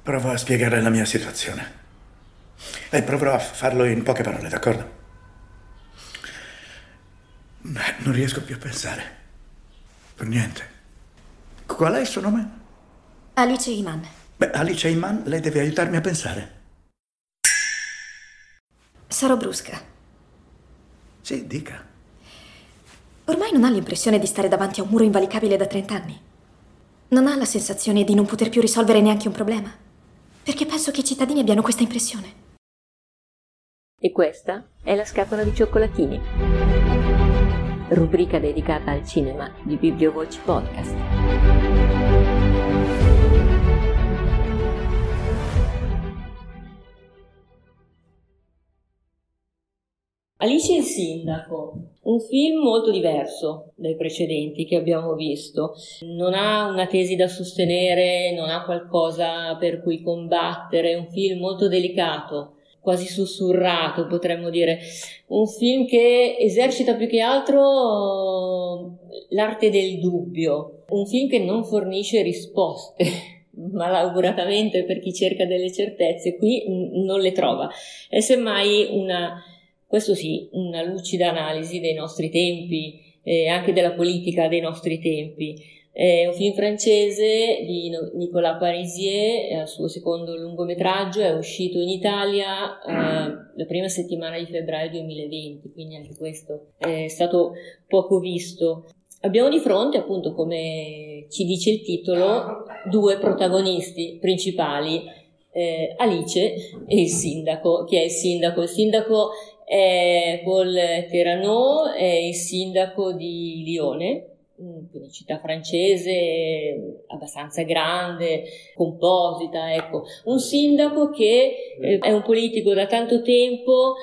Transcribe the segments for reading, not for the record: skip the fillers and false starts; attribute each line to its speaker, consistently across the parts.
Speaker 1: Provo a spiegare la mia situazione. E proverò a farlo in poche parole, d'accordo? Non riesco più a pensare. Per niente. Qual è il suo nome?
Speaker 2: Alice Iman.
Speaker 1: Beh, Alice Iman, lei deve aiutarmi a pensare.
Speaker 2: Sarò brusca.
Speaker 1: Sì, dica.
Speaker 2: Ormai non ha l'impressione di stare davanti a un muro invalicabile da 30 anni. Non ha la sensazione di non poter più risolvere neanche un problema. Perché penso che i cittadini abbiano questa impressione.
Speaker 3: E questa è la scatola di cioccolatini, rubrica dedicata al cinema di Bibliovoci Podcast. Alice il sindaco, un film molto diverso dai precedenti che abbiamo visto. Non ha una tesi da sostenere, non ha qualcosa per cui combattere, è un film molto delicato, quasi sussurrato potremmo dire, un film che esercita più che altro l'arte del dubbio, un film che non fornisce risposte, malauguratamente per chi cerca delle certezze, qui non le trova, è semmai questo sì, una lucida analisi dei nostri tempi, anche della politica dei nostri tempi. È un film francese di Nicolas Parisier, è il suo secondo lungometraggio, è uscito in Italia la prima settimana di febbraio 2020, quindi anche questo è stato poco visto. Abbiamo di fronte, appunto, come ci dice il titolo, due protagonisti principali, Alice e il sindaco. Chi è il sindaco? Il sindaco è Paul Terranot, è il sindaco di Lione, quindi città francese abbastanza grande, composita, ecco. Un sindaco che è un politico da tanto tempo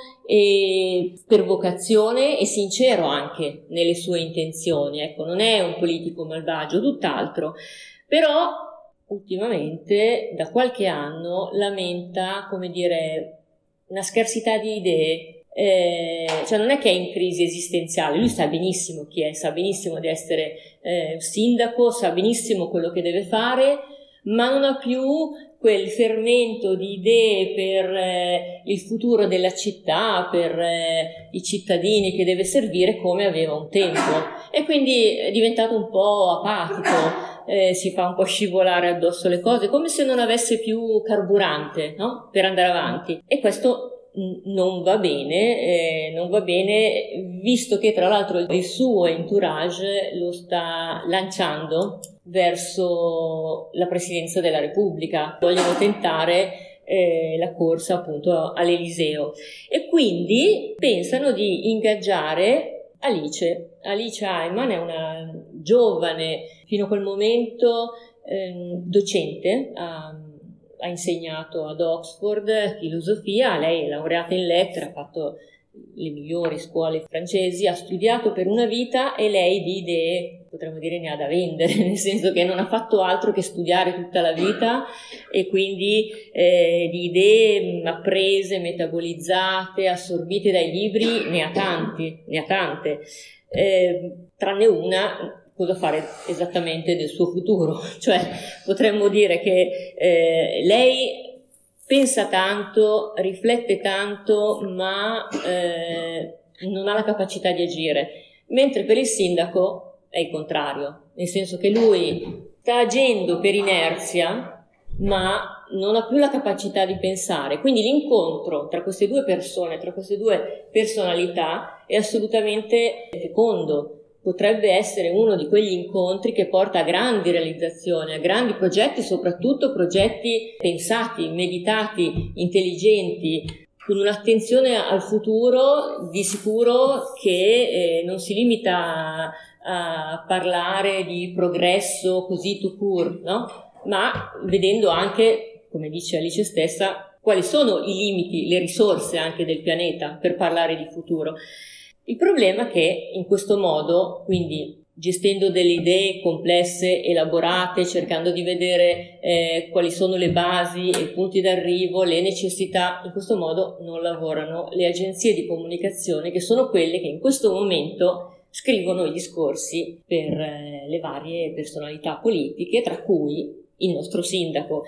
Speaker 3: e per vocazione e sincero anche nelle sue intenzioni, ecco, non è un politico malvagio, tutt'altro, però ultimamente da qualche anno lamenta, come dire, una scarsità di idee. Cioè non è che è in crisi esistenziale, lui sa benissimo chi è, sa benissimo di essere sindaco, sa benissimo quello che deve fare, ma non ha più quel fermento di idee per il futuro della città, per i cittadini che deve servire come aveva un tempo, e quindi è diventato un po' apatico, si fa un po' scivolare addosso le cose, come se non avesse più carburante, no? Per andare avanti, e questo non va bene, visto che tra l'altro il suo entourage lo sta lanciando verso la presidenza della Repubblica, vogliono tentare la corsa appunto all'Eliseo e quindi pensano di ingaggiare Alice. Alice Iman è una giovane, fino a quel momento docente, ha insegnato ad Oxford filosofia, lei è laureata in lettere, ha fatto le migliori scuole francesi, ha studiato per una vita e lei di idee, potremmo dire, ne ha da vendere, nel senso che non ha fatto altro che studiare tutta la vita e quindi di idee apprese, metabolizzate, assorbite dai libri, ne ha tante, tranne una. Cosa fare esattamente del suo futuro, cioè potremmo dire che lei pensa tanto, riflette tanto, ma non ha la capacità di agire, mentre per il sindaco è il contrario, nel senso che lui sta agendo per inerzia, ma non ha più la capacità di pensare, quindi l'incontro tra queste due persone, tra queste due personalità è assolutamente fecondo. Potrebbe essere uno di quegli incontri che porta a grandi realizzazioni, a grandi progetti, soprattutto progetti pensati, meditati, intelligenti, con un'attenzione al futuro di sicuro che non si limita a parlare di progresso così tout court, no? Ma vedendo anche, come dice Alice stessa, quali sono i limiti, le risorse anche del pianeta per parlare di futuro. Il problema è che in questo modo, quindi gestendo delle idee complesse, elaborate, cercando di vedere quali sono le basi, i punti d'arrivo, le necessità, in questo modo non lavorano le agenzie di comunicazione, che sono quelle che in questo momento scrivono i discorsi per le varie personalità politiche, tra cui il nostro sindaco.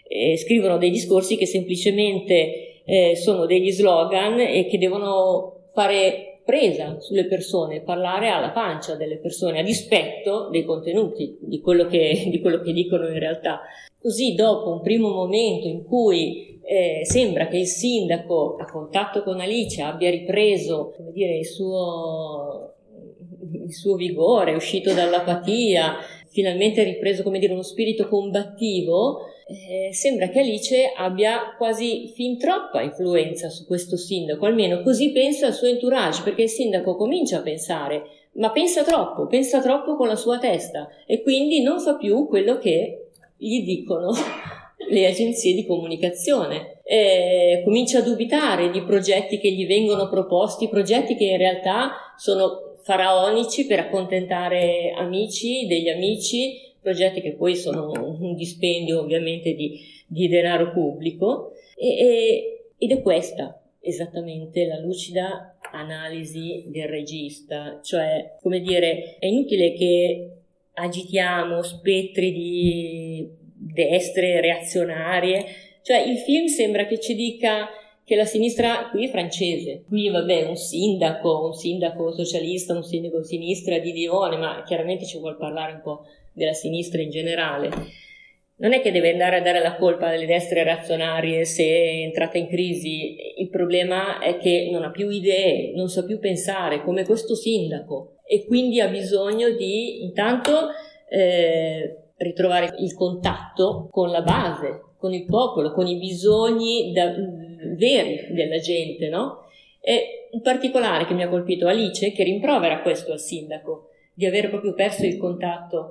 Speaker 3: scrivono dei discorsi che semplicemente sono degli slogan e che devono fare presa sulle persone, parlare alla pancia delle persone, a dispetto dei contenuti, di quello che dicono in realtà. Così, dopo un primo momento in cui sembra che il sindaco, a contatto con Alice, abbia ripreso, come dire, il suo vigore, è uscito dall'apatia, finalmente ripreso, come dire, uno spirito combattivo, sembra che Alice abbia quasi fin troppa influenza su questo sindaco, almeno così pensa il suo entourage, perché il sindaco comincia a pensare, ma pensa troppo con la sua testa, e quindi non fa più quello che gli dicono le agenzie di comunicazione. Comincia a dubitare di progetti che gli vengono proposti, progetti che in realtà sono faraonici per accontentare amici degli amici, progetti che poi sono un dispendio ovviamente di denaro pubblico, ed è questa esattamente la lucida analisi del regista, cioè, come dire, è inutile che agitiamo spettri di destre reazionarie, cioè il film sembra che ci dica che la sinistra qui è francese, qui vabbè un sindaco socialista, un sindaco di sinistra di Lione, ma chiaramente ci vuol parlare un po' della sinistra in generale. Non è che deve andare a dare la colpa alle destre reazionarie se è entrata in crisi, il problema è che non ha più idee, non sa più pensare come questo sindaco, e quindi ha bisogno di intanto ritrovare il contatto con la base, con il popolo, con i bisogni veri della gente, no? E un particolare che mi ha colpito, Alice, che rimprovera questo al sindaco, di aver proprio perso il contatto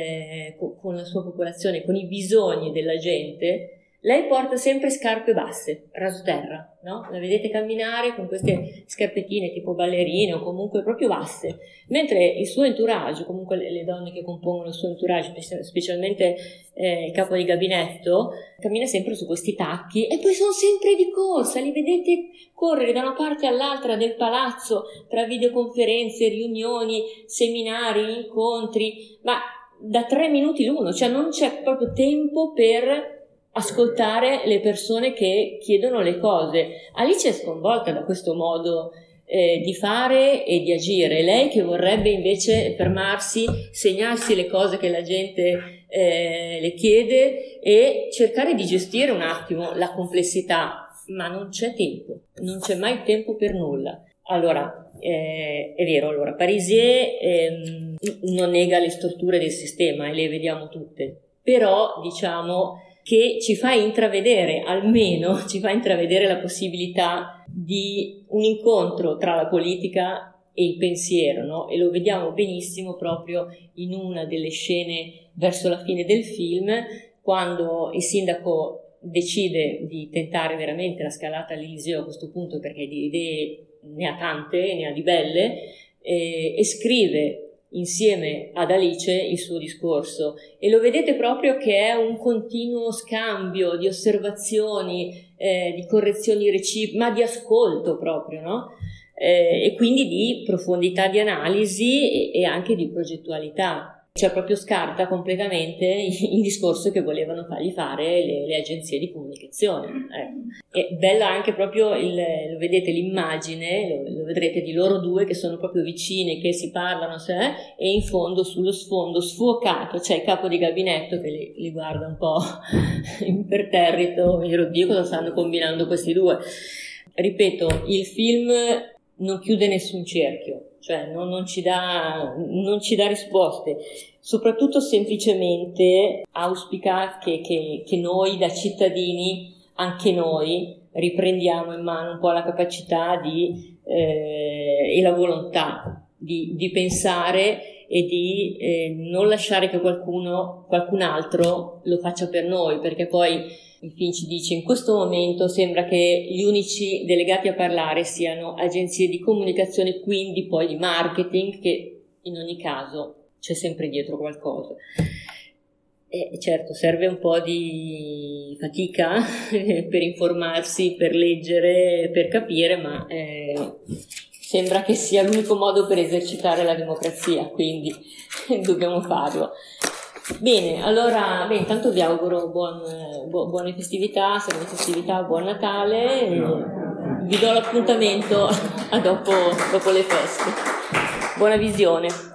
Speaker 3: con la sua popolazione, con i bisogni della gente. Lei porta sempre scarpe basse, rasoterra, no? La vedete camminare con queste scarpettine tipo ballerine o comunque proprio basse, mentre il suo entourage, comunque le donne che compongono il suo entourage, specialmente il capo di gabinetto, cammina sempre su questi tacchi, e poi sono sempre di corsa, li vedete correre da una parte all'altra del palazzo tra videoconferenze, riunioni, seminari, incontri, ma da 3 minuti l'uno, cioè non c'è proprio tempo per ascoltare le persone che chiedono le cose. Alice è sconvolta da questo modo di fare e di agire, lei che vorrebbe invece fermarsi, segnarsi le cose che la gente le chiede e cercare di gestire un attimo la complessità, ma non c'è tempo, non c'è mai tempo per nulla. Allora, è vero, allora Parisier non nega le storture del sistema e le vediamo tutte, però diciamo che ci fa intravedere, almeno ci fa intravedere la possibilità di un incontro tra la politica e il pensiero, no? E lo vediamo benissimo proprio in una delle scene verso la fine del film, quando il sindaco decide di tentare veramente la scalata all'Eliseo a questo punto, perché di idee ne ha tante, ne ha di belle, e scrive insieme ad Alice il suo discorso, e lo vedete proprio che è un continuo scambio di osservazioni, di correzioni reciproche, ma di ascolto proprio, no? E quindi di profondità di analisi e anche di progettualità. Cioè proprio scarta completamente il discorso che volevano fargli fare le agenzie di comunicazione. È bella anche proprio lo vedete l'immagine, lo vedrete di loro due che sono proprio vicine, che si parlano, e in fondo, sullo sfondo sfuocato, c'è il capo di gabinetto che li guarda un po' imperterrito, mio Dio, cosa stanno combinando questi due. Ripeto, il film non chiude nessun cerchio, cioè non ci dà risposte, soprattutto semplicemente auspica che noi da cittadini, anche noi, riprendiamo in mano un po' la capacità e la volontà di pensare e di non lasciare che qualcun altro lo faccia per noi, perché poi il film ci dice: in questo momento sembra che gli unici delegati a parlare siano agenzie di comunicazione, quindi poi di marketing, che in ogni caso c'è sempre dietro qualcosa. E certo, serve un po' di fatica per informarsi, per leggere, per capire, ma sembra che sia l'unico modo per esercitare la democrazia, quindi dobbiamo farlo. Bene, allora, intanto vi auguro buone festività, serene festività, buon Natale, e vi do l'appuntamento a dopo le feste. Buona visione.